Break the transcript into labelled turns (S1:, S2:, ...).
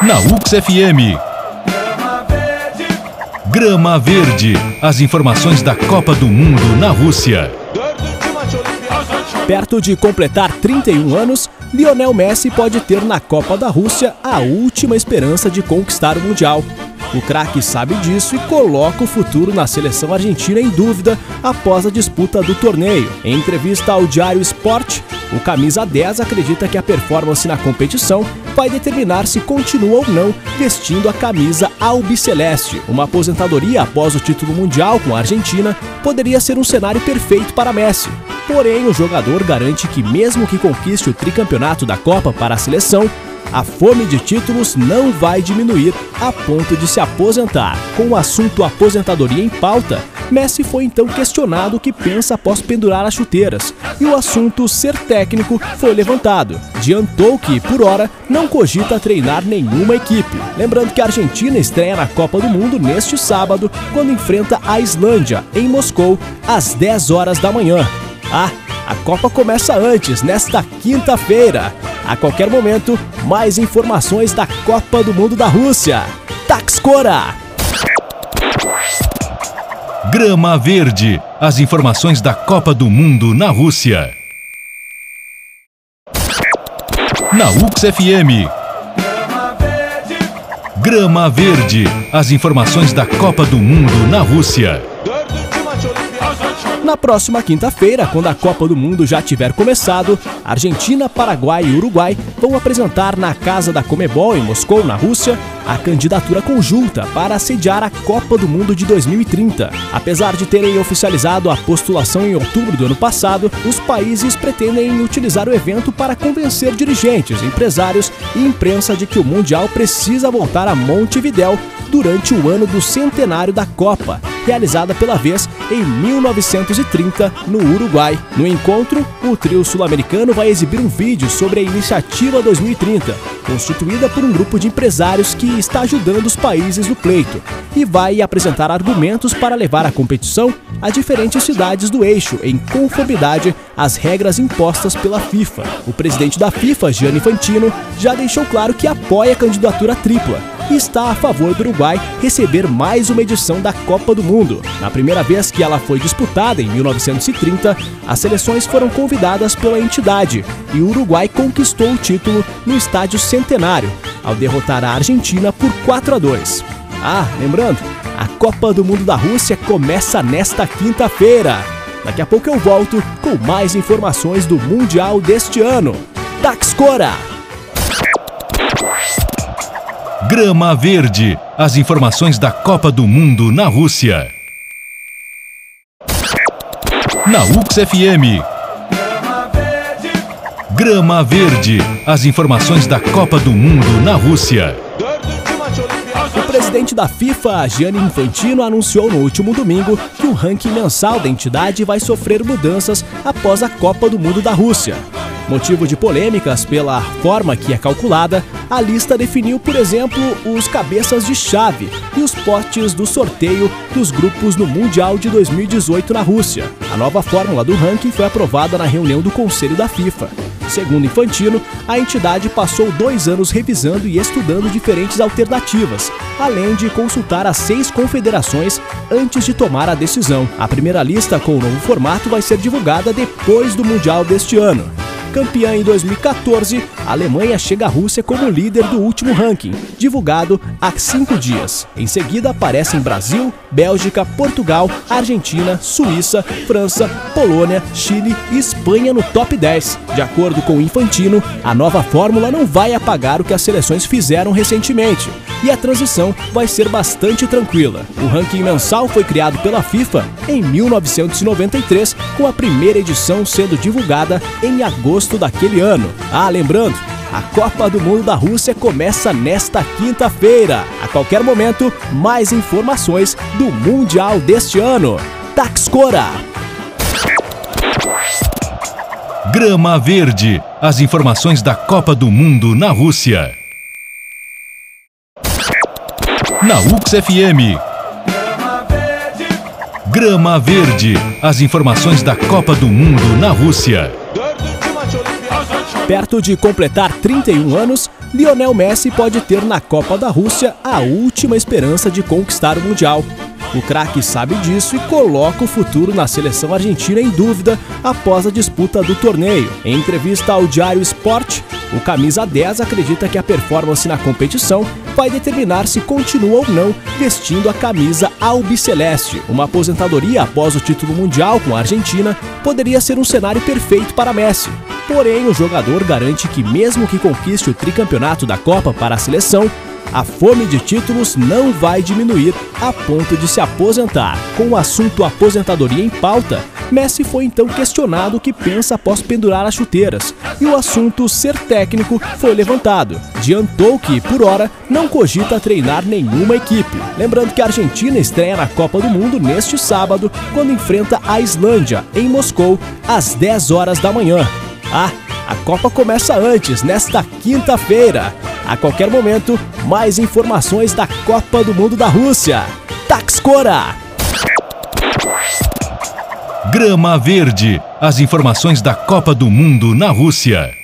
S1: Na UX FM. Grama Verde. As informações da Copa do Mundo na Rússia.
S2: Perto de completar 31 anos, Lionel Messi pode ter na Copa da Rússia a última esperança de conquistar o Mundial. O craque sabe disso e coloca o futuro na seleção argentina em dúvida após a disputa do torneio. Em entrevista ao Diário Sport, o camisa 10 acredita que a performance na competição vai determinar se continua ou não vestindo a camisa albiceleste. Uma aposentadoria após o título mundial com a Argentina poderia ser um cenário perfeito para Messi. Porém, o jogador garante que mesmo que conquiste o tricampeonato da Copa para a seleção, a fome de títulos não vai diminuir a ponto de se aposentar. Com o assunto aposentadoria em pauta, Messi foi então questionado o que pensa após pendurar as chuteiras, e o assunto ser técnico foi levantado. Adiantou que, por hora, não cogita treinar nenhuma equipe. Lembrando que a Argentina estreia na Copa do Mundo neste sábado, quando enfrenta a Islândia, em Moscou, às 10 horas da manhã. A Copa começa antes, nesta quinta-feira. A qualquer momento, mais informações da Copa do Mundo da Rússia. Taxcora!
S1: Grama Verde. As informações da Copa do Mundo na Rússia. Na UX FM. Grama Verde. As informações da Copa do Mundo na Rússia.
S2: Na próxima quinta-feira, quando a Copa do Mundo já tiver começado, Argentina, Paraguai e Uruguai vão apresentar na Casa da Conmebol, em Moscou, na Rússia, a candidatura conjunta para sediar a Copa do Mundo de 2030. Apesar de terem oficializado a postulação em outubro do ano passado, os países pretendem utilizar o evento para convencer dirigentes, empresários e imprensa de que o Mundial precisa voltar a Montevidéu durante o ano do centenário da Copa, realizada pela vez em 1930 no Uruguai. No encontro, o trio sul-americano vai exibir um vídeo sobre a Iniciativa 2030, constituída por um grupo de empresários que está ajudando os países no pleito, e vai apresentar argumentos para levar a competição a diferentes cidades do eixo em conformidade às regras impostas pela FIFA. O presidente da FIFA, Gianni Infantino, já deixou claro que apoia a candidatura tripla e está a favor do Uruguai receber mais uma edição da Copa do Mundo. Na primeira vez que ela foi disputada, em 1930, as seleções foram convidadas pela entidade e o Uruguai conquistou o título no Estádio Centenário, ao derrotar a Argentina por 4-2. Lembrando, a Copa do Mundo da Rússia começa nesta quinta-feira. Daqui a pouco eu volto com mais informações do Mundial deste ano. Taxcora!
S1: Grama Verde. As informações da Copa do Mundo na Rússia. Na UX FM. Grama Verde. As informações da Copa do Mundo na Rússia.
S2: O presidente da FIFA, Gianni Infantino, anunciou no último domingo que o ranking mensal da entidade vai sofrer mudanças após a Copa do Mundo da Rússia. Motivo de polêmicas pela forma que é calculada, a lista definiu, por exemplo, os cabeças de chave e os potes do sorteio dos grupos no Mundial de 2018 na Rússia. A nova fórmula do ranking foi aprovada na reunião do Conselho da FIFA. Segundo Infantino, a entidade passou 2 anos revisando e estudando diferentes alternativas, além de consultar as 6 confederações antes de tomar a decisão. A primeira lista com o novo formato vai ser divulgada depois do Mundial deste ano. Campeã em 2014, a Alemanha chega à Rússia como líder do último ranking, divulgado há 5 dias. Em seguida aparecem Brasil, Bélgica, Portugal, Argentina, Suíça, França, Polônia, Chile e Espanha no top 10. De acordo com Infantino, a nova fórmula não vai apagar o que as seleções fizeram recentemente, e a transição vai ser bastante tranquila. O ranking mensal foi criado pela FIFA em 1993, com a primeira edição sendo divulgada em agosto daquele ano. Lembrando, a Copa do Mundo da Rússia começa nesta quinta-feira. A qualquer momento, mais informações do Mundial deste ano. Taxcora!
S1: Grama Verde. As informações da Copa do Mundo na Rússia. Na UX FM. Grama Verde. As informações da Copa do Mundo na Rússia.
S2: Perto de completar 31 anos, Lionel Messi pode ter na Copa da Rússia a última esperança de conquistar o Mundial. O craque sabe disso e coloca o futuro na seleção argentina em dúvida após a disputa do torneio. Em entrevista ao Diário Sport, o camisa 10 acredita que a performance na competição vai determinar se continua ou não vestindo a camisa albiceleste. Uma aposentadoria após o título mundial com a Argentina poderia ser um cenário perfeito para Messi. Porém, o jogador garante que mesmo que conquiste o tricampeonato da Copa para a seleção, a fome de títulos não vai diminuir a ponto de se aposentar. Com o assunto aposentadoria em pauta, Messi foi então questionado o que pensa após pendurar as chuteiras, e o assunto ser técnico foi levantado. Adiantou que, por hora, não cogita treinar nenhuma equipe. Lembrando que a Argentina estreia na Copa do Mundo neste sábado, quando enfrenta a Islândia, em Moscou, às 10 horas da manhã. A Copa começa antes, nesta quinta-feira. A qualquer momento, mais informações da Copa do Mundo da Rússia. Taxcora!
S1: Grama Verde. As informações da Copa do Mundo na Rússia.